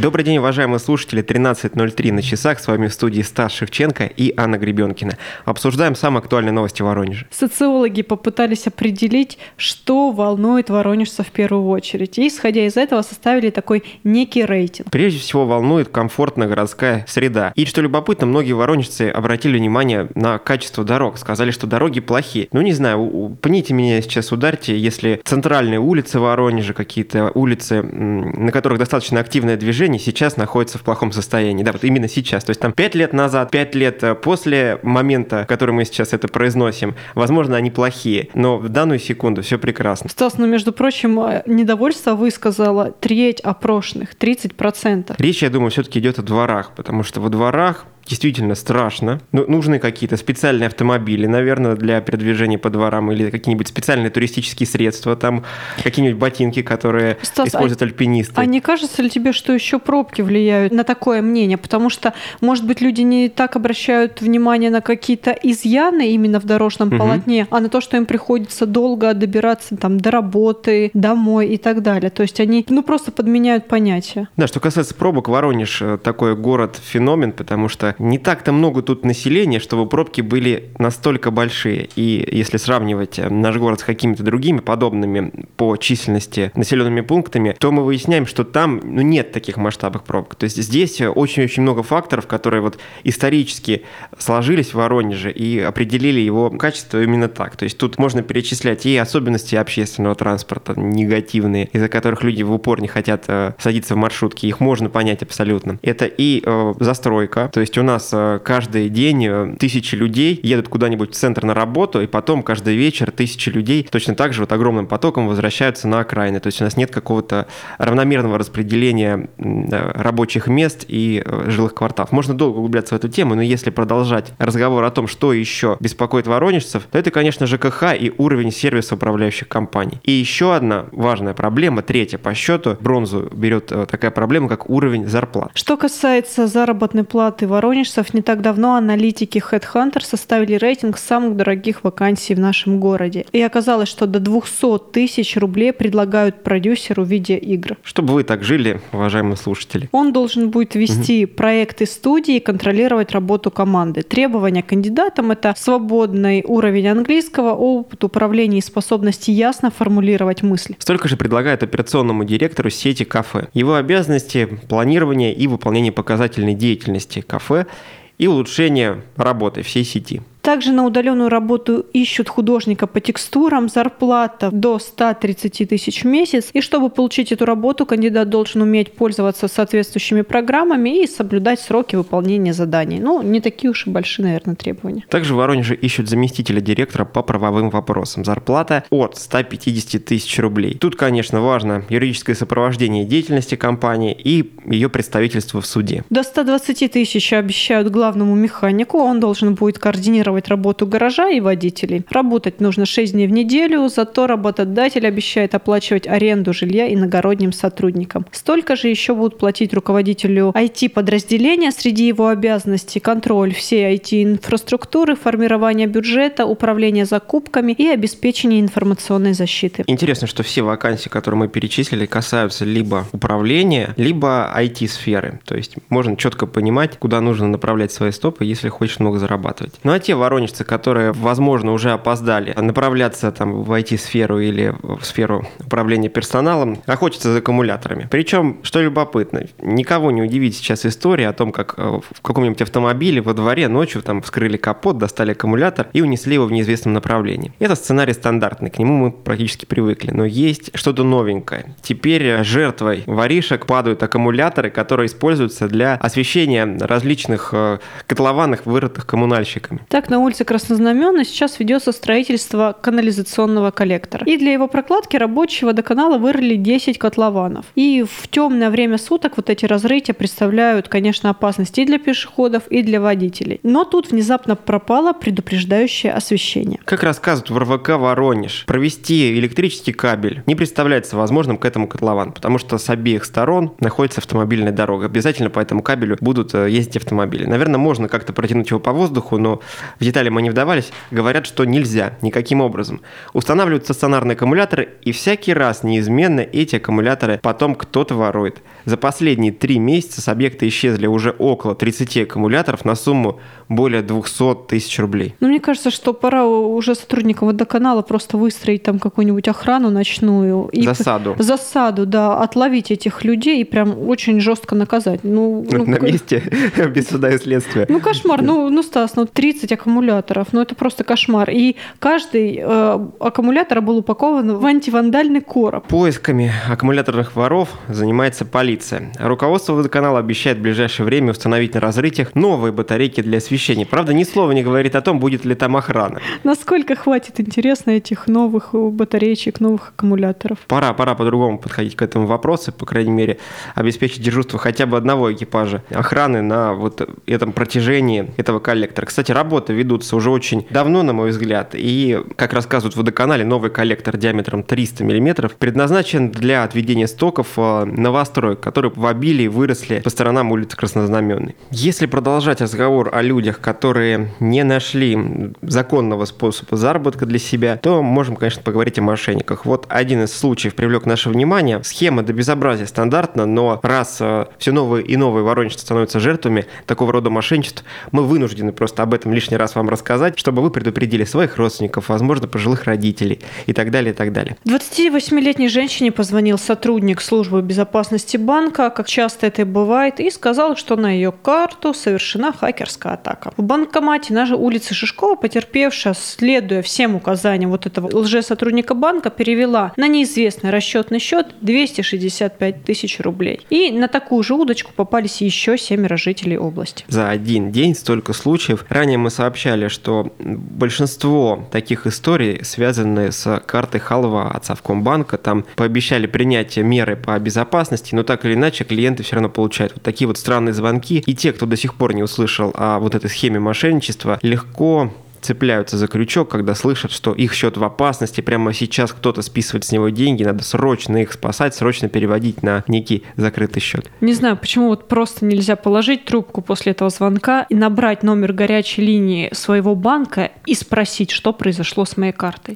Добрый день, уважаемые слушатели. 13:03 на часах. С вами в студии Стас Шевченко и Анна Гребенкина. Обсуждаем самые актуальные новости Воронежа. Социологи попытались определить, что волнует воронежцев в первую очередь. И, исходя из этого, составили такой некий рейтинг. Прежде всего волнует комфортная городская среда. И, что любопытно, многие воронежцы обратили внимание на качество дорог. Сказали, что дороги плохие. Ну, не знаю, пните меня сейчас, ударьте, если центральные улицы Воронежа, какие-то улицы, на которых достаточно активное движение, сейчас находятся в плохом состоянии. Да, вот именно сейчас. То есть там 5 лет назад, 5 лет после момента, в который мы сейчас это произносим, возможно, они плохие. Но в данную секунду все прекрасно. Стас, между прочим, недовольство высказала треть опрошенных, 30%. Речь, я думаю, все-таки идет о дворах, потому что во дворах действительно страшно. Нужны какие-то специальные автомобили, наверное, для передвижения по дворам, или какие-нибудь специальные туристические средства, там какие-нибудь ботинки, которые используют альпинисты. А не кажется ли тебе, что еще пробки влияют на такое мнение? Потому что, может быть, люди не так обращают внимание на какие-то изъяны именно в дорожном полотне, а на то, что им приходится долго добираться там, до работы, домой и так далее. То есть они просто подменяют понятия. Да, что касается пробок, Воронеж такой город-феномен, потому что не так-то много тут населения, чтобы пробки были настолько большие. И если сравнивать наш город с какими-то другими подобными по численности населенными пунктами, то мы выясняем, что там нет таких масштабных пробок. То есть здесь очень-очень много факторов, которые вот исторически сложились в Воронеже и определили его качество именно так. То есть тут можно перечислять и особенности общественного транспорта негативные, из-за которых люди в упор не хотят садиться в маршрутки. Их можно понять абсолютно. Это и застройка. То есть у нас каждый день тысячи людей едут куда-нибудь в центр на работу, и потом каждый вечер тысячи людей точно так же вот огромным потоком возвращаются на окраины. То есть у нас нет какого-то равномерного распределения рабочих мест и жилых кварталов. Можно долго углубляться в эту тему, но если продолжать разговор о том, что еще беспокоит воронежцев, то это, конечно, ЖКХ и уровень сервиса управляющих компаний. И еще одна важная проблема, третья по счету, бронзу берет такая проблема, как уровень зарплат. Что касается заработной платы воронежцев, не так давно аналитики HeadHunter составили рейтинг самых дорогих вакансий в нашем городе. И оказалось, что до 200 тысяч рублей предлагают продюсеру видеоигр. Чтобы вы так жили, уважаемые слушатели. Он должен будет вести проекты студии и контролировать работу команды. Требования к кандидатам – это свободный уровень английского, опыт управления и способность ясно формулировать мысли. Столько же предлагают операционному директору сети кафе. Его обязанности – планирование и выполнение показательной деятельности кафе и улучшение работы всей сети. Также на удаленную работу ищут художника по текстурам, зарплата до 130 тысяч в месяц. И чтобы получить эту работу, кандидат должен уметь пользоваться соответствующими программами и соблюдать сроки выполнения заданий. Не такие уж и большие, наверное, требования. Также в Воронеже ищут заместителя директора по правовым вопросам. Зарплата от 150 тысяч рублей. Тут, конечно, важно юридическое сопровождение деятельности компании и ее представительство в суде. До 120 тысяч обещают главному механику. Он должен будет координировать работу гаража и водителей. Работать нужно 6 дней в неделю, зато работодатель обещает оплачивать аренду жилья иногородним сотрудникам. Столько же еще будут платить руководителю IT-подразделения. Среди его обязанностей контроль всей IT-инфраструктуры, формирование бюджета, управление закупками и обеспечение информационной защиты. Интересно, что все вакансии, которые мы перечислили, касаются либо управления, либо IT-сферы. То есть можно четко понимать, куда нужно направлять свои стопы, если хочешь много зарабатывать. Ну а те воронежцы, которые, возможно, уже опоздали направляться там в IT-сферу или в сферу управления персоналом, охотятся за аккумуляторами. Причем, что любопытно, никого не удивит сейчас история о том, как в каком-нибудь автомобиле во дворе ночью там вскрыли капот, достали аккумулятор и унесли его в неизвестном направлении. Это сценарий стандартный, к нему мы практически привыкли. Но есть что-то новенькое. Теперь жертвой воришек падают аккумуляторы, которые используются для освещения различных котлованов, вырытых коммунальщиками. Так, на улице Краснознаменной сейчас ведется строительство канализационного коллектора. И для его прокладки рабочие водоканала вырыли 10 котлованов. И в темное время суток вот эти разрытия представляют, конечно, опасность и для пешеходов, и для водителей. Но тут внезапно пропало предупреждающее освещение. Как рассказывают в РВК Воронеж, провести электрический кабель не представляется возможным к этому котловану, потому что с обеих сторон находится автомобильная дорога. Обязательно по этому кабелю будут ездить автомобили. Наверное, можно как-то протянуть его по воздуху, но В детали мы не вдавались, говорят, что нельзя никаким образом. Устанавливают стационарные аккумуляторы, и всякий раз неизменно эти аккумуляторы потом кто-то ворует. За последние 3 месяца с объекта исчезли уже около 30 аккумуляторов на сумму более 200 тысяч рублей. Ну, мне кажется, что пора уже сотрудникам водоканала просто выстроить там какую-нибудь охрану ночную. И засаду, да, отловить этих людей и прям очень жестко наказать. На месте, без суда и следствия. Кошмар. Стас, 30 аккумуляторов, это просто кошмар. И каждый аккумулятор был упакован в антивандальный короб. Поисками аккумуляторных воров занимается полиция. Руководство водоканала обещает в ближайшее время установить на разрытиях новые батарейки для освещения. Правда, ни слова не говорит о том, будет ли там охрана. Насколько хватит, интересно, этих новых батареечек, новых аккумуляторов? Пора по-другому подходить к этому вопросу, по крайней мере, обеспечить дежурство хотя бы одного экипажа охраны на этом протяжении этого коллектора. Кстати, работы ведутся уже очень давно, на мой взгляд, и, как рассказывают в водоканале, новый коллектор диаметром 300 мм предназначен для отведения стоков новостроек, которые в обилии выросли по сторонам улицы Краснознаменной. Если продолжать разговор о людях, которые не нашли законного способа заработка для себя, то можем, конечно, поговорить о мошенниках. Один из случаев привлек наше внимание. Схема до безобразия стандартна, но раз все новые и новые воронежцы становятся жертвами такого рода мошенничеств, мы вынуждены просто об этом лишний раз вам рассказать, чтобы вы предупредили своих родственников, возможно, пожилых родителей и так далее, и так далее. 28-летней женщине позвонил сотрудник службы безопасности банка, как часто это бывает, и сказал, что на ее карту совершена хакерская атака. В банкомате на улице Шишкова потерпевшая, следуя всем указаниям этого лжесотрудника банка, перевела на неизвестный расчетный счет 265 тысяч рублей. И на такую же удочку попались еще 7 жителей области. За один день столько случаев. Ранее мы сообщали, что большинство таких историй связаны с картой халва от Совкомбанка. Там пообещали принять меры по безопасности, но так или иначе клиенты все равно получают такие странные звонки. И те, кто до сих пор не услышал о этой схеме мошенничества, легко цепляются за крючок, когда слышат, что их счет в опасности, прямо сейчас кто-то списывает с него деньги, надо срочно их спасать, срочно переводить на некий закрытый счет. Не знаю, почему просто нельзя положить трубку после этого звонка и набрать номер горячей линии своего банка и спросить, что произошло с моей картой.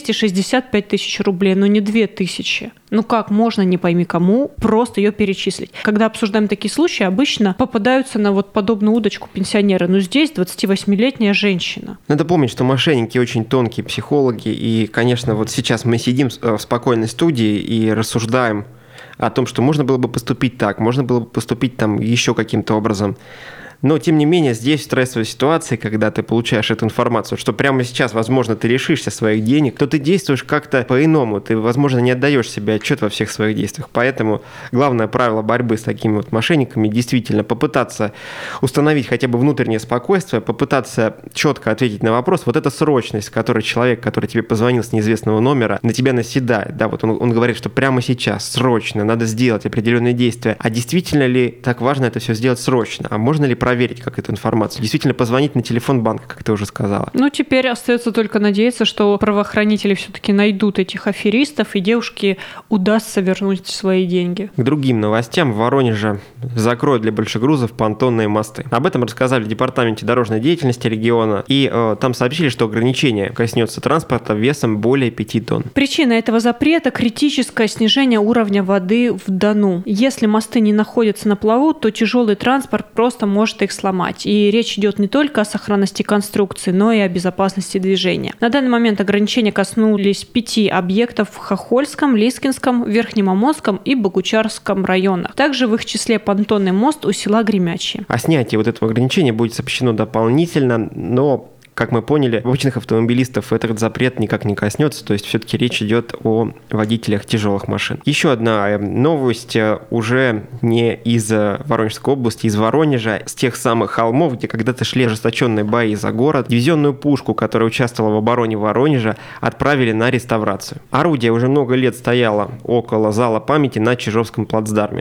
265 тысяч рублей, не 2000. Как можно, не пойми кому, просто ее перечислить? Когда обсуждаем такие случаи, обычно попадаются на подобную удочку пенсионеры. Но здесь 28-летняя женщина. Надо помнить, что мошенники очень тонкие психологи. И, конечно, сейчас мы сидим в спокойной студии и рассуждаем о том, что можно было бы поступить так, можно было бы поступить еще каким-то образом. Но, тем не менее, здесь в стрессовой ситуации, когда ты получаешь эту информацию, что прямо сейчас, возможно, ты лишишься своих денег, то ты действуешь как-то по-иному. Ты, возможно, не отдаешь себе отчет во всех своих действиях. Поэтому главное правило борьбы с такими мошенниками действительно попытаться установить хотя бы внутреннее спокойствие, попытаться четко ответить на вопрос. Эта срочность, с которой человек, который тебе позвонил с неизвестного номера, на тебя наседает. Да, он говорит, что прямо сейчас, срочно, надо сделать определенные действия. А действительно ли так важно это все сделать срочно? А можно ли проверить как эту информацию? Действительно позвонить на телефон банка, как ты уже сказала. Теперь остается только надеяться, что правоохранители все-таки найдут этих аферистов, и девушке удастся вернуть свои деньги. К другим новостям. В Воронеже закроют для большегрузов понтонные мосты. Об этом рассказали в Департаменте дорожной деятельности региона, и там сообщили, что ограничение коснется транспорта весом более 5 тонн. Причина этого запрета – критическое снижение уровня воды в Дону. Если мосты не находятся на плаву, то тяжелый транспорт просто может их сломать. И речь идет не только о сохранности конструкции, но и о безопасности движения. На данный момент ограничения коснулись 5 объектов в Хохольском, Лискинском, Верхнем Амурском и Богучарском районах. Также в их числе понтонный мост у села Гремячье. А снятие этого ограничения будет сообщено дополнительно, но как мы поняли, обычных автомобилистов этот запрет никак не коснется, то есть все-таки речь идет о водителях тяжелых машин. Еще одна новость уже не из Воронежской области, из Воронежа, с тех самых холмов, где когда-то шли ожесточенные бои за город. Дивизионную пушку, которая участвовала в обороне Воронежа, отправили на реставрацию. Орудие уже много лет стояло около зала памяти на Чижовском плацдарме.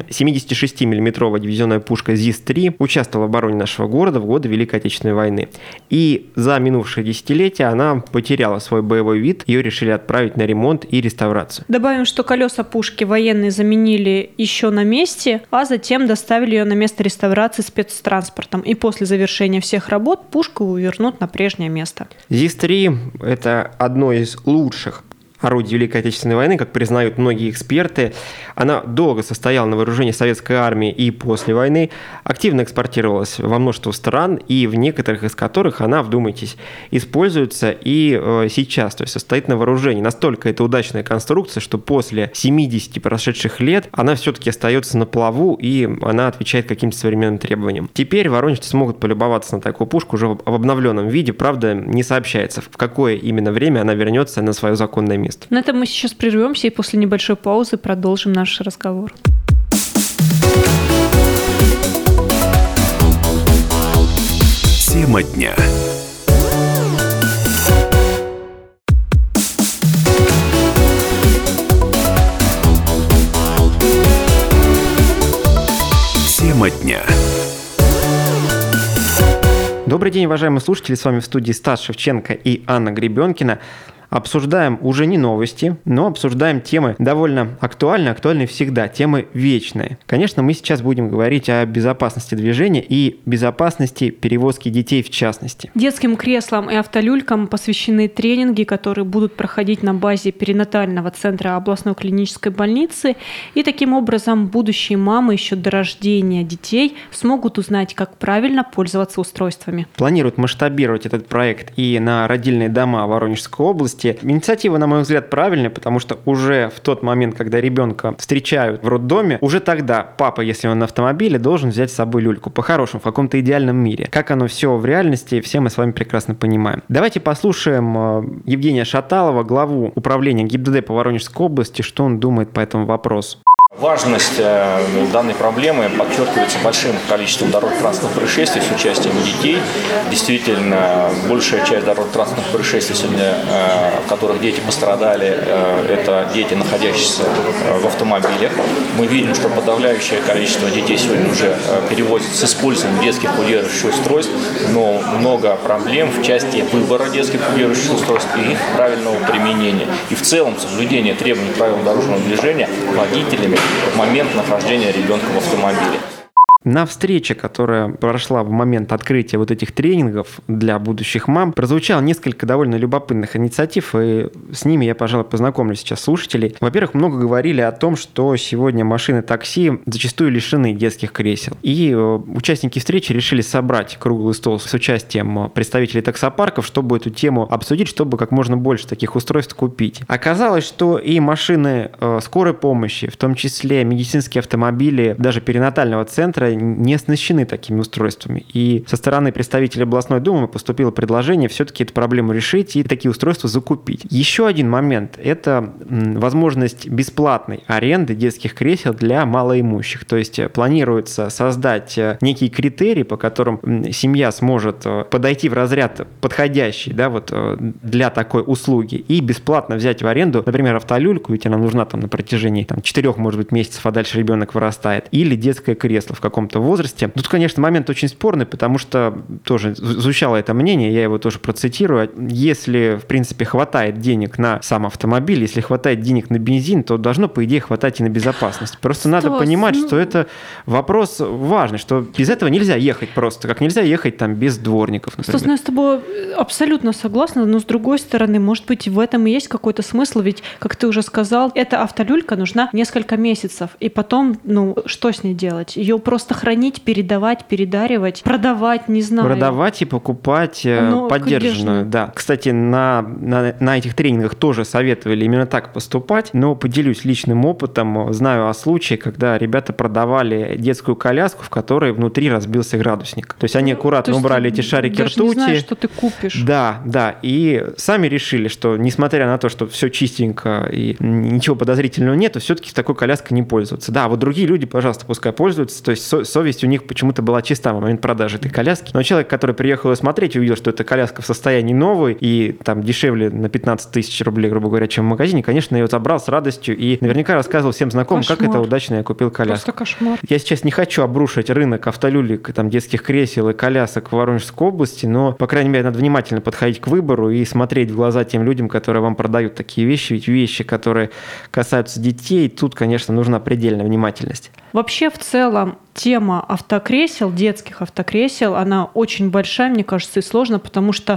76-мм дивизионная пушка ЗИС-3 участвовала в обороне нашего города в годы Великой Отечественной войны. И за минувшее десятилетие она потеряла свой боевой вид, ее решили отправить на ремонт и реставрацию. Добавим, что колеса пушки военные заменили еще на месте, а затем доставили ее на место реставрации спецтранспортом. И после завершения всех работ пушку вернут на прежнее место. ЗИС-3 – это одно из лучших орудий Великой Отечественной войны, как признают многие эксперты. Она долго состояла на вооружении советской армии и после войны, активно экспортировалась во множество стран, и в некоторых из которых она, вдумайтесь, используется и сейчас, то есть состоит на вооружении. Настолько это удачная конструкция, что после 70 прошедших лет она все-таки остается на плаву, и она отвечает каким-то современным требованиям. Теперь воронежцы смогут полюбоваться на такую пушку уже в обновленном виде, правда, не сообщается, в какое именно время она вернется на свое законное место. На этом мы сейчас прервемся и после небольшой паузы продолжим наш разговор. Тема дня. Тема дня. Добрый день, уважаемые слушатели, с вами в студии Стас Шевченко и Анна Гребенкина. Обсуждаем уже не новости, но обсуждаем темы довольно актуальные всегда, темы вечные. Конечно, мы сейчас будем говорить о безопасности движения и безопасности перевозки детей в частности. Детским креслам и автолюлькам посвящены тренинги, которые будут проходить на базе перинатального центра областной клинической больницы. И таким образом будущие мамы еще до рождения детей смогут узнать, как правильно пользоваться устройствами. Планируют масштабировать этот проект и на родильные дома Воронежской области. Инициатива, на мой взгляд, правильная, потому что уже в тот момент, когда ребенка встречают в роддоме, уже тогда папа, если он на автомобиле, должен взять с собой люльку. По-хорошему, в каком-то идеальном мире. Как оно все в реальности, все мы с вами прекрасно понимаем. Давайте послушаем Евгения Шаталова, главу управления ГИБДД по Воронежской области, что он думает по этому вопросу. Важность данной проблемы подчеркивается большим количеством дорожно-транспортных происшествий с участием детей. Действительно, большая часть дорожно-транспортных происшествий сегодня, в которых дети пострадали, это дети, находящиеся в автомобилях. Мы видим, что подавляющее количество детей сегодня уже перевозится с использованием детских курьирующих устройств, но много проблем в части выбора детских курьирующих устройств и их правильного применения. И в целом соблюдение требований правил дорожного движения водителями в момент нахождения ребенка в автомобиле. На встрече, которая прошла в момент открытия вот этих тренингов для будущих мам, прозвучало несколько довольно любопытных инициатив, и с ними я, пожалуй, познакомлю сейчас слушателей. Во-первых, много говорили о том, что сегодня машины такси зачастую лишены детских кресел. И участники встречи решили собрать круглый стол с участием представителей таксопарков, чтобы эту тему обсудить, чтобы как можно больше таких устройств купить. Оказалось, что и машины скорой помощи, в том числе медицинские автомобили, даже перинатального центра, не оснащены такими устройствами. И со стороны представителей областной думы поступило предложение все-таки эту проблему решить и такие устройства закупить. Еще один момент – это возможность бесплатной аренды детских кресел для малоимущих. То есть планируется создать некие критерии, по которым семья сможет подойти в разряд подходящий, да, вот, для такой услуги и бесплатно взять в аренду, например, автолюльку, ведь она нужна там на протяжении 4, может быть, месяцев, а дальше ребенок вырастает, или детское кресло в каком-то возрасте. Тут, конечно, момент очень спорный, потому что тоже звучало это мнение, я его тоже процитирую. Если, в принципе, хватает денег на сам автомобиль, если хватает денег на бензин, то должно, по идее, хватать и на безопасность. Просто надо понимать, что это вопрос важный, что без этого нельзя ехать просто, как нельзя ехать там без дворников, например. Стас, я с тобой абсолютно согласна, но с другой стороны, может быть, в этом и есть какой-то смысл, ведь, как ты уже сказал, эта автолюлька нужна несколько месяцев, и потом, что с ней делать? Ее просто хранить, передавать, передаривать, продавать, не знаю. Продавать и покупать поддержанную, конечно. Да. Кстати, на этих тренингах тоже советовали именно так поступать, но поделюсь личным опытом. Знаю о случае, когда ребята продавали детскую коляску, в которой внутри разбился градусник. То есть они аккуратно убрали эти шарики ртути. Не знаешь, что ты купишь. Да. И сами решили, что несмотря на то, что все чистенько и ничего подозрительного нет, то все-таки с такой коляской не пользоваться. Да, вот другие люди, пожалуйста, пускай пользуются. То есть совесть у них почему-то была чиста в момент продажи этой коляски. Но человек, который приехал ее смотреть, увидел, что эта коляска в состоянии новой и там дешевле на 15 тысяч рублей, грубо говоря, чем в магазине, конечно, ее забрал с радостью и наверняка рассказывал всем знакомым, как это удачно я купил коляску. Просто кошмар. Я сейчас не хочу обрушить рынок автолюлек, там, детских кресел и колясок в Воронежской области, но, по крайней мере, надо внимательно подходить к выбору и смотреть в глаза тем людям, которые вам продают такие вещи. Ведь вещи, которые касаются детей, тут, конечно, нужна предельная внимательность. Вообще, в целом, тема автокресел, детских автокресел, она очень большая, мне кажется, и сложная, потому что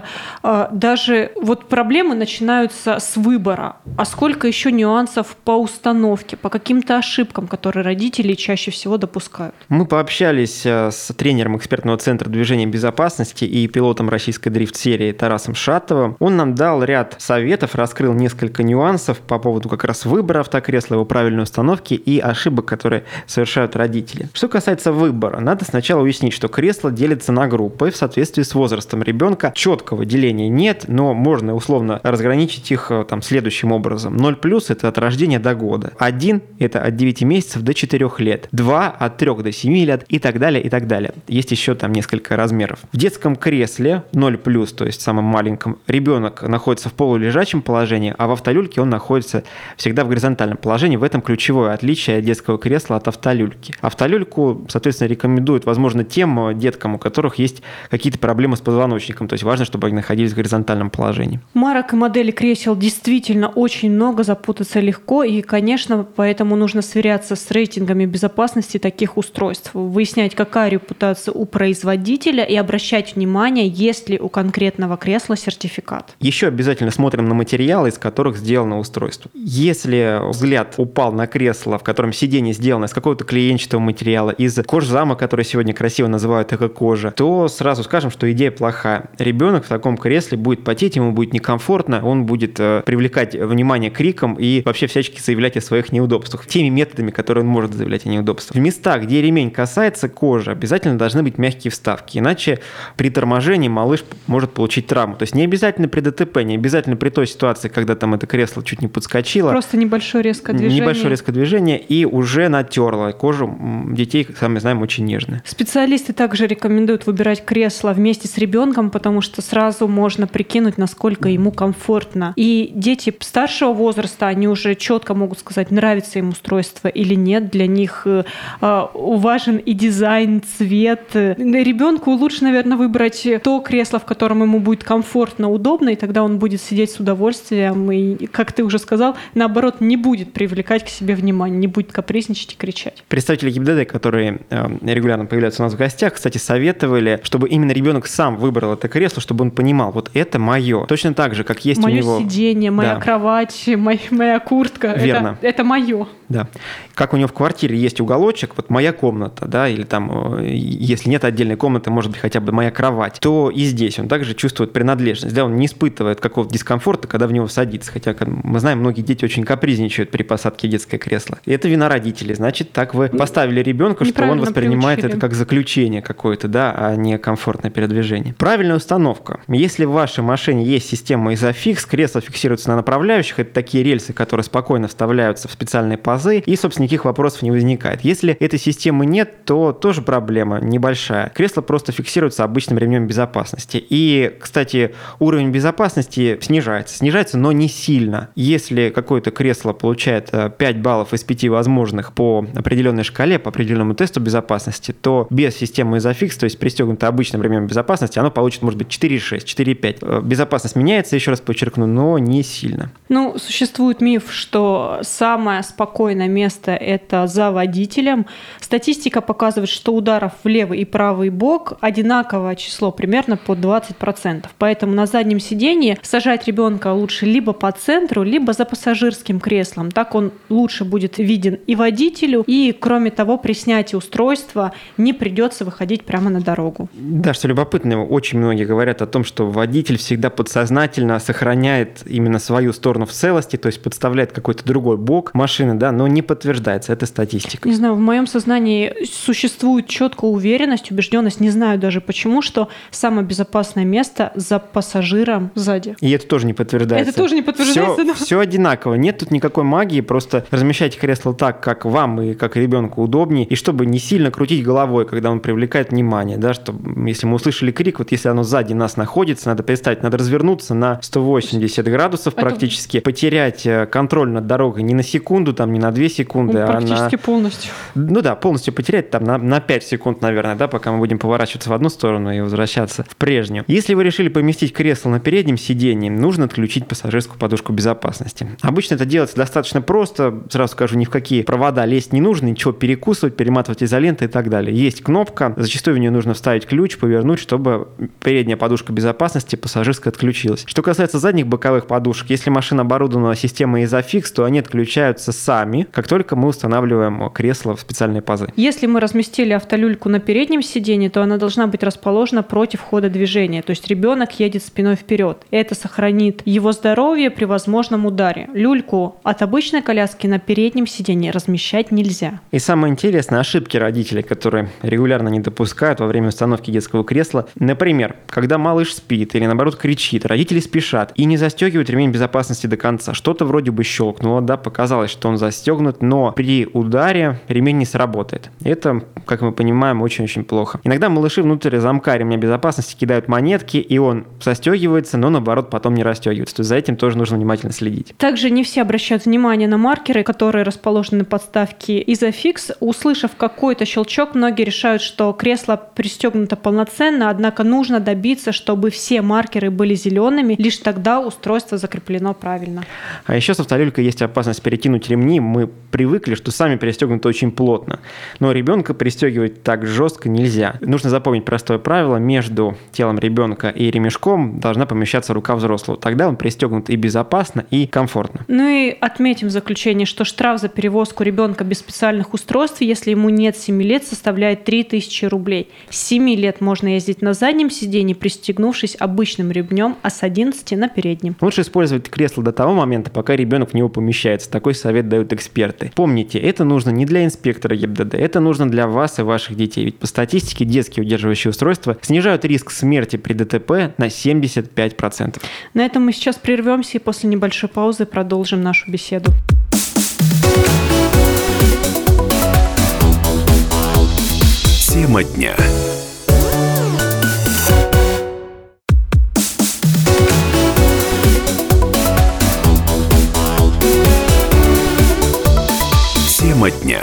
даже вот проблемы начинаются с выбора. А сколько еще нюансов по установке, по каким-то ошибкам, которые родители чаще всего допускают? Мы пообщались с тренером экспертного центра движения безопасности и пилотом российской дрифт-серии Тарасом Шатовым. Он нам дал ряд советов, раскрыл несколько нюансов по поводу как раз выбора автокресла, его правильной установки и ошибок, которые совершают родители. Что касается выбора, надо сначала уяснить, что кресло делится на группы в соответствии с возрастом ребенка. Четкого деления нет, но можно условно разграничить их там следующим образом. 0+ – это от рождения до года. 1 – это от 9 месяцев до 4 лет. 2 – от 3 до 7 лет и так далее, и так далее. Есть еще там несколько размеров. В детском кресле 0+, то есть самом маленьком, ребенок находится в полулежачем положении, а в автолюльке он находится всегда в горизонтальном положении. В этом ключевое отличие детского кресла от автолюльки. Автолюльку, соответственно, рекомендуют, возможно, тем деткам, у которых есть какие-то проблемы с позвоночником. То есть важно, чтобы они находились в горизонтальном положении. Марок и моделей кресел действительно очень много, запутаться легко. И, конечно, поэтому нужно сверяться с рейтингами безопасности таких устройств, выяснять, какая репутация у производителя и обращать внимание, есть ли у конкретного кресла сертификат. Еще обязательно смотрим на материалы, из которых сделано устройство. Если взгляд упал на кресло, в котором сиденье сделано из какого-то клеенчатого материала, из кожзама, который сегодня красиво называют эко-кожа, то сразу скажем, что идея плохая. Ребенок в таком кресле будет потеть, ему будет некомфортно, он будет привлекать внимание криком и вообще всячески заявлять о своих неудобствах. Теми методами, которые он может заявлять о неудобствах. В местах, где ремень касается кожи, обязательно должны быть мягкие вставки, иначе при торможении малыш может получить травму. То есть не обязательно при ДТП, не обязательно при той ситуации, когда там это кресло чуть не подскочило. Просто небольшое резкое движение. Небольшое резкое движение и уже натерло кожу. Детей, сами знаем, очень нежные. Специалисты также рекомендуют выбирать кресло вместе с ребенком, потому что сразу можно прикинуть, насколько ему комфортно. И дети старшего возраста, они уже четко могут сказать, нравится им устройство или нет. Для них важен и дизайн, цвет. Ребенку лучше, наверное, выбрать то кресло, в котором ему будет комфортно, удобно, и тогда он будет сидеть с удовольствием и, как ты уже сказал, наоборот, не будет привлекать к себе внимание, не будет капризничать и кричать. Представители ГИБДД, которые регулярно появляются у нас в гостях, кстати, советовали, чтобы именно ребенок сам выбрал это кресло, чтобы он понимал, вот это мое. Точно так же, как есть моё у него... Мое сиденье, моя кровать, моя куртка. Верно. Это мое. Да. Как у него в квартире есть уголочек, вот моя комната, да, или там, если нет отдельной комнаты, может быть, хотя бы моя кровать, то и здесь он также чувствует принадлежность, да, он не испытывает какого-то дискомфорта, когда в него садится, хотя мы знаем, многие дети очень капризничают при посадке в детское кресло. И это вина родителей, значит, так вы поставили ребенка, что он воспринимает это как заключение какое-то, да, а не комфортное передвижение. Правильная установка. Если в вашей машине есть система Isofix, кресло фиксируется на направляющих, это такие рельсы, которые спокойно вставляются в специальные пазы, и, собственно, никаких вопросов не возникает. Если этой системы нет, то тоже проблема небольшая. Кресло просто фиксируется обычным ремнем безопасности. И, кстати, уровень безопасности снижается, но не сильно. Если какое-то кресло получает 5 баллов из 5 возможных по определенной шкале, по определенному тесту безопасности, то без системы Isofix, то есть пристегнуто обычным ремнем безопасности, оно получит, может быть, 4,6, 4,5. Безопасность меняется, еще раз подчеркну, но не сильно. Ну, существует миф, что самое спокойное место – это за водителем. Статистика показывает, что ударов в левый и правый бок одинаковое число, примерно по 20%. Поэтому на заднем сиденье сажать ребенка лучше либо по центру, либо за пассажирским креслом. Так он лучше будет виден и водителю, и, кроме того, при снятии устройства не придется выходить прямо на дорогу. Да, что любопытно, очень многие говорят о том, что водитель всегда подсознательно сохраняет именно свою сторону в целости, то есть подставляет какой-то другой бок машины, да, но не подтверждается, это статистика. Не знаю, в моем сознании существует четкая уверенность, убежденность, не знаю даже почему, что самое безопасное место за пассажиром сзади. И это тоже не подтверждается. Это тоже не подтверждается, Все одинаково, нет тут никакой магии, просто размещайте кресло так, как вам и как насколько ребенку удобнее, и чтобы не сильно крутить головой, когда он привлекает внимание, да, чтобы, если мы услышали крик, вот если оно сзади нас находится, надо представить, надо развернуться на 180 градусов практически, потерять контроль над дорогой не на секунду, там, не на 2 секунды, практически полностью. Ну да, полностью потерять там на 5 секунд, наверное, да, пока мы будем поворачиваться в одну сторону и возвращаться в прежнюю. Если вы решили поместить кресло на переднем сиденье, нужно отключить пассажирскую подушку безопасности. Обычно это делается достаточно просто, сразу скажу, ни в какие провода лезть не нужно, ничего перекусывать, перематывать изолентой и так далее. Есть кнопка, зачастую в нее нужно вставить ключ, повернуть, чтобы передняя подушка безопасности пассажирская отключилась. Что касается задних боковых подушек, если машина оборудована системой Isofix, то они отключаются сами, как только мы устанавливаем кресло в специальные пазы. Если мы разместили автолюльку на переднем сиденье, то она должна быть расположена против хода движения, то есть ребенок едет спиной вперед. Это сохранит его здоровье при возможном ударе. Люльку от обычной коляски на переднем сиденье размещать нельзя. И самое интересное, ошибки родителей, которые регулярно не допускают во время установки детского кресла. Например, когда малыш спит или наоборот кричит, родители спешат и не застегивают ремень безопасности до конца. Что-то вроде бы щелкнуло, да, показалось, что он застегнут, но при ударе ремень не сработает. Это, как мы понимаем, очень-очень плохо. Иногда малыши внутрь замка ремня безопасности кидают монетки, и он застегивается, но наоборот потом не расстегивается. То есть за этим тоже нужно внимательно следить. Также не все обращают внимание на маркеры, которые расположены на подставке Isofix. Услышав какой-то щелчок, многие решают, что кресло пристегнуто полноценно, однако нужно добиться, чтобы все маркеры были зелеными, лишь тогда устройство закреплено правильно. А еще с автолюлькой есть опасность перетянуть ремни. Мы привыкли, что сами пристегнуты очень плотно. Но ребенка пристегивать так жестко нельзя. Нужно запомнить простое правило: между телом ребенка и ремешком должна помещаться рука взрослого. Тогда он пристегнут и безопасно, и комфортно. Ну и отметим в заключение, что штраф за перевозку ребенка без специальных устройств, если ему нет 7 лет, составляет 3000 рублей. С 7 лет можно ездить на заднем сиденье, пристегнувшись обычным ремнем, а с 11 на переднем. Лучше использовать кресло до того момента, пока ребенок в него помещается. Такой совет дают эксперты. Помните, это нужно не для инспектора ГИБДД, это нужно для вас и ваших детей. Ведь по статистике детские удерживающие устройства снижают риск смерти при ДТП на 75%. На этом мы сейчас прервемся и после небольшой паузы продолжим нашу беседу. Тема дня. Тема дня.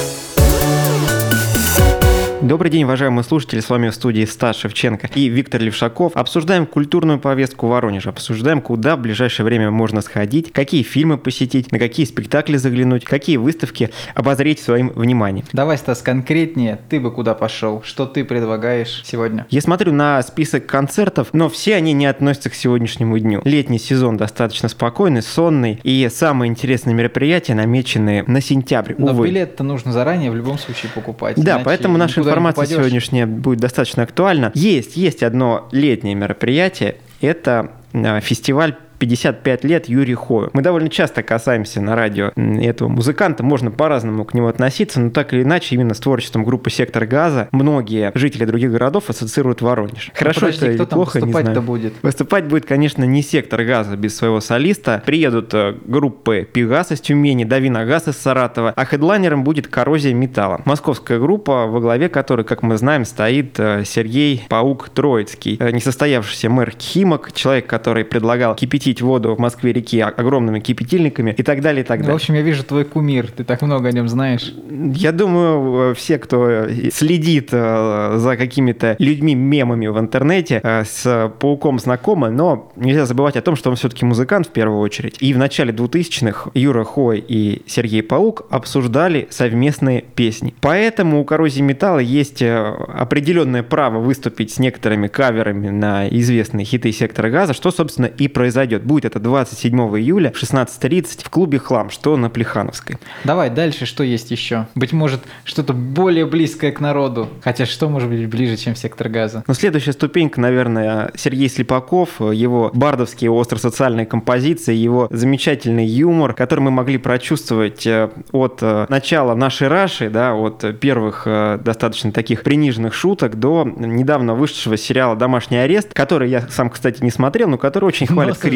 Добрый день, уважаемые слушатели, с вами в студии Стас Шевченко и Виктор Левшаков. Обсуждаем культурную повестку Воронежа, обсуждаем, куда в ближайшее время можно сходить, какие фильмы посетить, на какие спектакли заглянуть, какие выставки обозреть своим вниманием. Давай, Стас, конкретнее, ты бы куда пошел? Что ты предлагаешь сегодня? Я смотрю на список концертов, но все они не относятся к сегодняшнему дню. Летний сезон достаточно спокойный, сонный, и самые интересные мероприятия намечены на сентябрь, Но увы. билет-то нужно заранее в любом случае покупать. Да, иначе поэтому наша никуда не информация попадешь. сегодняшняя будет достаточно актуальна. Есть одно летнее мероприятие, это фестиваль 55 лет Юрию Хою. Мы довольно часто касаемся на радио этого музыканта, можно по-разному к нему относиться, но так или иначе именно с творчеством группы «Сектор газа» многие жители других городов ассоциируют Воронеж. Хорошо, Подожди, это кто или там плохо, не выступать-то знаю. будет? Выступать будет, конечно, не «Сектор газа» без своего солиста. Приедут группы «Пегас» из Тюмени, «Давиногаз» из Саратова, а хедлайнером будет «Коррозия металла». Московская группа, во главе которой, как мы знаем, стоит Сергей Паук Троицкий, несостоявшийся мэр Химок, человек, который предлагал кипятить воду в Москве-реки огромными кипятильниками и так далее, и так далее. В общем, я вижу твой кумир, ты так много о нем знаешь. Я думаю, все, кто следит за какими-то людьми-мемами в интернете, с Пауком знакомы, но нельзя забывать о том, что он все-таки музыкант в первую очередь. И в начале 2000-х Юра Хой и Сергей Паук обсуждали совместные песни. Поэтому у «Коррозии металла» есть определенное право выступить с некоторыми каверами на известные хиты «Сектора газа», что, собственно, и произойдет. Будет это 27 июля в 16:30 в клубе «Хлам», что на Плехановской. Давай, дальше что есть еще? Быть может, что-то более близкое к народу. Хотя что может быть ближе, чем «Сектор газа»? Но следующая ступенька, наверное, Сергей Слепаков, его бардовские остросоциальные композиции, его замечательный юмор, который мы могли прочувствовать от начала нашей Раши, да, от первых достаточно таких приниженных шуток до недавно вышедшего сериала «Домашний арест», который я сам, кстати, не смотрел, но который очень хвалят критики.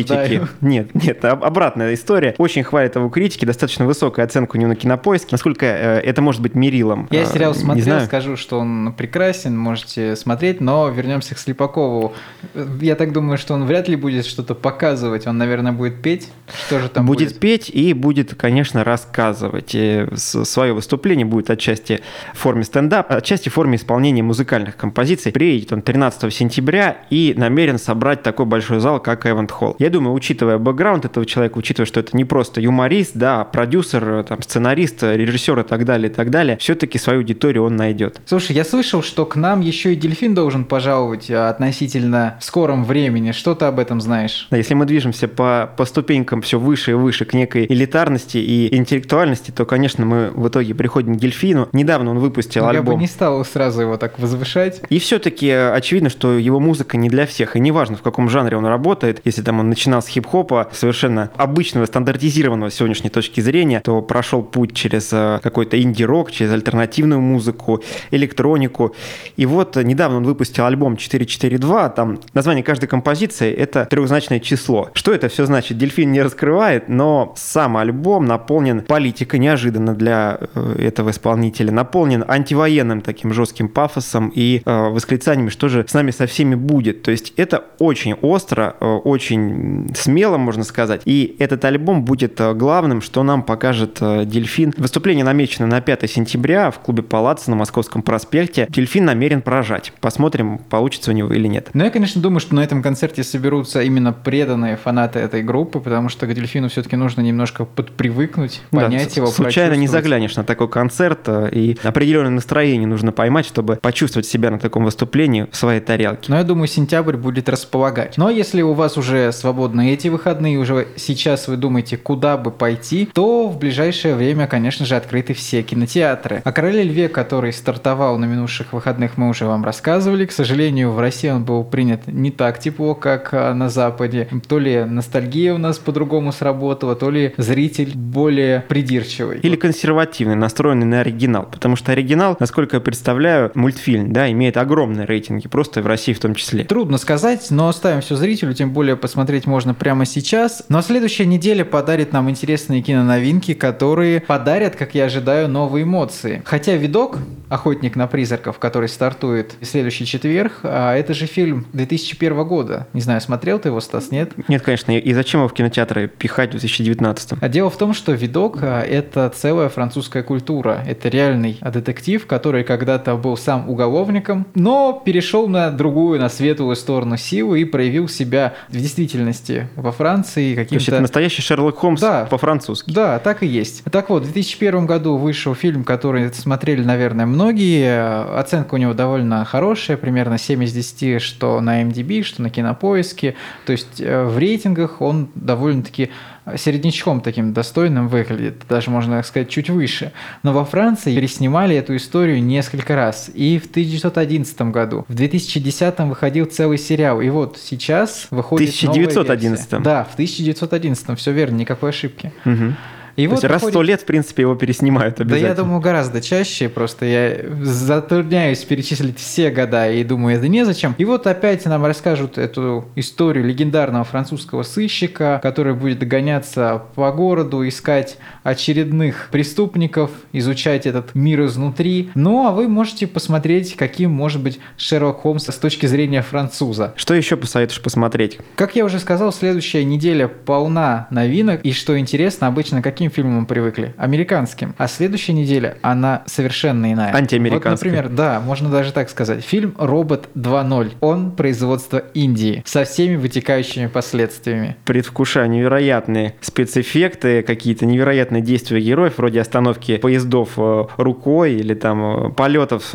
осуждаю. Нет, обратная история. Очень хвалят его критики, достаточно высокая оценка у него на Кинопоиске. Насколько это может быть мерилом? Я сериал не смотрел, знаю. скажу, что он прекрасен, можете смотреть, но вернемся к Слепакову. Я так думаю, что он вряд ли будет что-то показывать, он, наверное, будет петь. Что же там будет? Будет петь и будет, конечно, рассказывать. И свое выступление будет отчасти в форме стендапа, отчасти в форме исполнения музыкальных композиций. Приедет он 13 сентября и намерен собрать такой большой зал, как Эвент Холл. Я думаю, учитывая бэкграунд этого человека, учитывая, что это не просто юморист, да, продюсер, там, сценарист, режиссер и так далее, все-таки свою аудиторию он найдет. Слушай, я слышал, что к нам еще и Дельфин должен пожаловать относительно в скором времени. Что ты об этом знаешь? Да, если мы движемся по ступенькам все выше и выше к некой элитарности и интеллектуальности, то, конечно, мы в итоге приходим к Дельфину. Недавно он выпустил альбом. Я бы не стал сразу его так возвышать. И все-таки очевидно, что его музыка не для всех. И неважно, в каком жанре он работает. Если там он начинал с хип-хопа, совершенно обычного, стандартизированного с сегодняшней точки зрения, то прошел путь через какой-то инди-рок, через альтернативную музыку, электронику. И вот недавно он выпустил альбом 442. Там название каждой композиции — это трехзначное число. Что это все значит, Дельфин не раскрывает, но сам альбом наполнен политикой, неожиданно для этого исполнителя, наполнен антивоенным таким жестким пафосом и восклицаниями, что же с нами со всеми будет. То есть это очень остро, очень смело, можно сказать. И этот альбом будет главным, что нам покажет Дельфин. Выступление намечено на 5 сентября в клубе «Палаццо» на Московском проспекте. Дельфин намерен поражать. Посмотрим, получится у него или нет. Но я, конечно, думаю, что на этом концерте соберутся именно преданные фанаты этой группы, потому что к Дельфину все-таки нужно немножко подпривыкнуть, понять его, случайно не заглянешь на такой концерт, и определенное настроение нужно поймать, чтобы почувствовать себя на таком выступлении в своей тарелке. Но я думаю, сентябрь будет располагать. Но если у вас уже свободны эти выходные, уже сейчас вы думаете, куда бы пойти, то в ближайшее время, конечно же, открыты все кинотеатры. О «Короле Льве», который стартовал на минувших выходных, мы уже вам рассказывали. К сожалению, в России он был принят не так тепло, как на Западе. То ли ностальгия у нас по-другому сработала, то ли зритель более придирчивый. Или консервативный, настроенный на оригинал. Потому что оригинал, насколько я представляю, мультфильм, да, имеет огромные рейтинги, просто в России в том числе. Трудно сказать, но оставим все зрителю, тем более посмотреть можно прямо сейчас. Но следующая неделя подарит нам интересные киноновинки, которые подарят, как я ожидаю, новые эмоции. Хотя «Видок», «Охотник на призраков», который стартует в следующий четверг, это же фильм 2001 года. Не знаю, смотрел ты его, Стас, нет? Нет, конечно. И зачем его в кинотеатры пихать в 2019-м? А дело в том, что «Видок» — это целая французская культура. Это реальный детектив, который когда-то был сам уголовником, но перешел на другую, на светлую сторону силы и проявил себя в действительности во Франции каким-то... То есть это настоящий Шерлок Холмс, да, по-французски. Да, так и есть. Так вот, в 2001 году вышел фильм, который смотрели, наверное, многие. Оценка у него довольно хорошая, примерно 7 из 10, что на MDB, что на Кинопоиске. То есть в рейтингах он довольно-таки середнячком таким достойным выглядит, даже можно сказать чуть выше. Но во Франции переснимали эту историю несколько раз. И в 1911 году, в 2010 выходил целый сериал. И вот сейчас выходит 1911. новая версия. Да, в 1911, все верно, никакой ошибки. Угу. И то вот есть раз в 100 лет, в принципе, его переснимают обязательно. Да, я думаю, гораздо чаще. Просто я затрудняюсь перечислить все года и думаю, это незачем. И вот опять нам расскажут эту историю легендарного французского сыщика, который будет гоняться по городу, искать очередных преступников, изучать этот мир изнутри. Ну, а вы можете посмотреть, каким может быть Шерлок Холмс с точки зрения француза. Что еще посоветуешь посмотреть? Как я уже сказал, следующая неделя полна новинок. И что интересно, обычно каким фильмам привыкли? Американским. А следующая неделя, она совершенно иная. Антиамериканская. Вот, например, да, можно даже так сказать. Фильм «Робот 2.0». Он производство Индии. Со всеми вытекающими последствиями. Предвкушаю невероятные спецэффекты, какие-то невероятные действия героев, вроде остановки поездов рукой или там полетов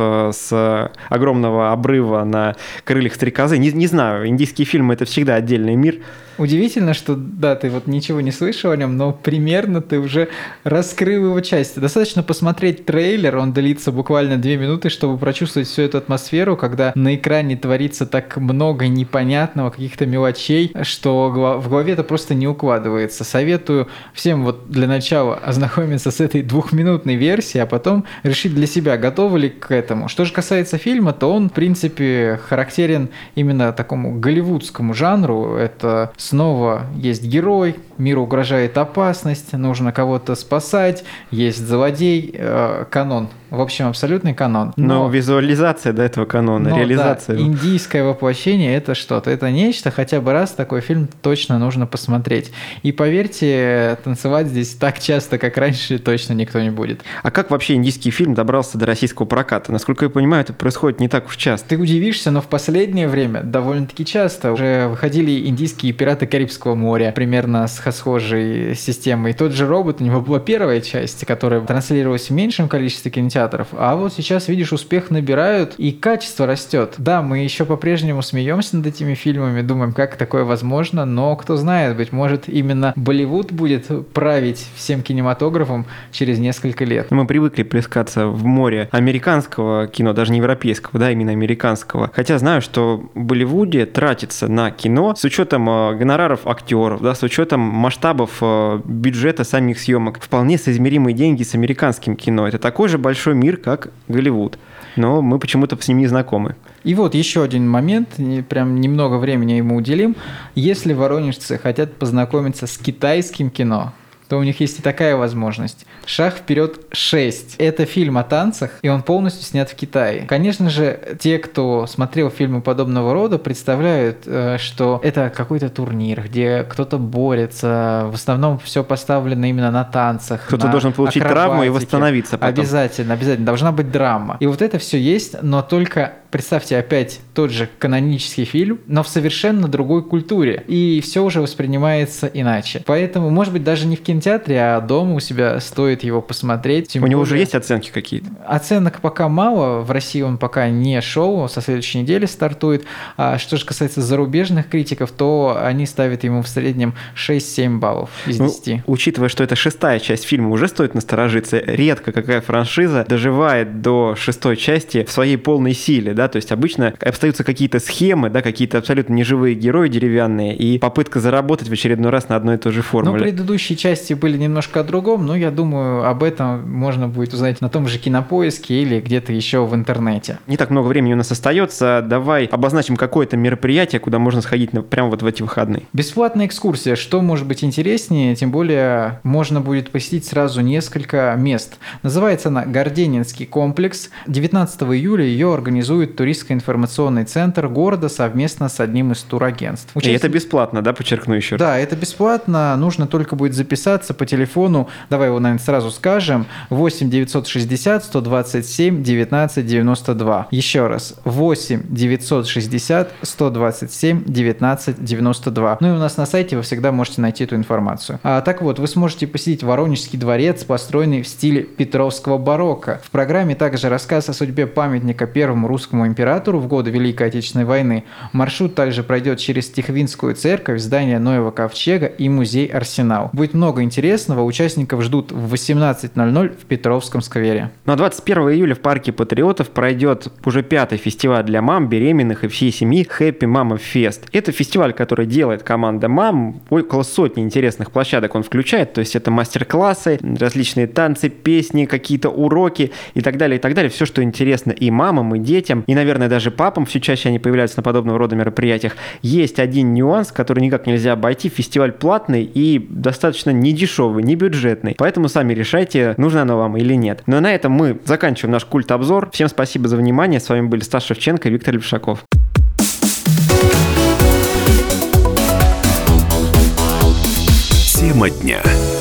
с огромного обрыва на крыльях стрекозы. Не знаю, индийские фильмы — это всегда отдельный мир. Удивительно, что, да, ты вот ничего не слышал о нем, но примерно ты уже раскрыл его части. Достаточно посмотреть трейлер, он длится буквально 2 минуты, чтобы прочувствовать всю эту атмосферу, когда на экране творится так много непонятного, каких-то мелочей, что в голове это просто не укладывается. Советую всем вот для начала ознакомиться с этой 2-минутной версией, а потом решить для себя, готовы ли к этому. Что же касается фильма, то он, в принципе, характерен именно такому голливудскому жанру. Это снова есть герой, миру угрожает опасность, нужно кого-то спасать, есть злодей, канон. В общем, абсолютный канон. Но визуализация до этого канона, реализация. Да, индийское воплощение – это что-то, это нечто. Хотя бы раз такой фильм точно нужно посмотреть. И поверьте, танцевать здесь так часто, как раньше, точно никто не будет. А как вообще индийский фильм добрался до российского проката? Насколько я понимаю, это происходит не так уж часто. Ты удивишься, но в последнее время довольно-таки часто уже выходили индийские «Пираты Карибского моря», примерно с схожей системой. Тот же «Робот», у него была первая часть, которая транслировалась в меньшем количестве кинотеатров, а вот сейчас, видишь, успех набирают, и качество растет. Да, мы еще по-прежнему смеемся над этими фильмами, думаем, как такое возможно, но кто знает, быть может, именно Болливуд будет править всем кинематографом через несколько лет. Мы привыкли плескаться в море американского кино, даже не европейского, да, именно американского. Хотя знаю, что в Болливуде тратится на кино с учетом гонораров актеров, да, с учетом масштабов бюджета самих съемок. Вполне соизмеримые деньги с американским кино. Это такой же большой мир, как Голливуд. Но мы почему-то с ним не знакомы. И вот еще один момент, прям немного времени ему уделим. Если воронежцы хотят познакомиться с китайским кино, то у них есть и такая возможность. «Шаг вперед 6». Это фильм о танцах, и он полностью снят в Китае. Конечно же, те, кто смотрел фильмы подобного рода, представляют, что это какой-то турнир, где кто-то борется. В основном все поставлено именно на танцах. Кто-то должен получить травму и восстановиться потом. Обязательно. Должна быть драма. И вот это все есть, но только... Представьте, опять тот же канонический фильм, но в совершенно другой культуре. И все уже воспринимается иначе. Поэтому, может быть, даже не в кинотеатре, а дома у себя стоит его посмотреть. У него уже есть оценки какие-то? Оценок пока мало. В России он пока не шел, со следующей недели стартует. А что же касается зарубежных критиков, то они ставят ему в среднем 6-7 баллов из 10. Учитывая, что это 6-я часть фильма, уже стоит насторожиться. Редко какая франшиза доживает до 6-й части в своей полной силе, да? То есть обычно остаются какие-то схемы, да, какие-то абсолютно неживые герои деревянные и попытка заработать в очередной раз на одной и той же формуле. Ну, предыдущие части были немножко о другом, но я думаю, об этом можно будет узнать на том же Кинопоиске или где-то еще в интернете. Не так много времени у нас остается. Давай обозначим какое-то мероприятие, куда можно сходить прямо вот в эти выходные. Бесплатная экскурсия. Что может быть интереснее? Тем более можно будет посетить сразу несколько мест. Называется она Горденинский комплекс. 19 июля ее организует туристско-информационный центр города совместно с одним из турагентств. И это бесплатно, да, подчеркну еще раз? Да, это бесплатно, нужно только будет записаться по телефону, давай его, наверное, сразу скажем, 8 960 127 19 92. Еще раз, 8 960 127 19 92. Ну и у нас на сайте вы всегда можете найти эту информацию. Так вот, вы сможете посетить Воронежский дворец, построенный в стиле петровского барокко. В программе также рассказ о судьбе памятника первому русскому императору в годы Великой Отечественной войны. Маршрут также пройдет через Тихвинскую церковь, здание Ноева ковчега и музей Арсенал. Будет много интересного, участников ждут в 18:00 в Петровском сквере. Ну а 21 июля в парке Патриотов пройдет уже 5-й фестиваль для мам, беременных и всей семьи Happy Mama Fest. Это фестиваль, который делает команда мам, около сотни интересных площадок он включает, то есть это мастер-классы, различные танцы, песни, какие-то уроки и так далее, и так далее. Все, что интересно и мамам, и детям, и, наверное, даже папам, все чаще они появляются на подобного рода мероприятиях. Есть один нюанс, который никак нельзя обойти. Фестиваль платный и достаточно недешевый, не бюджетный. Поэтно сами решайте, нужно оно вам или нет. Ну а на этом мы заканчиваем наш культ-обзор. Всем спасибо за внимание. С вами были Стас Шевченко и Виктор Левшаков. Тема дня.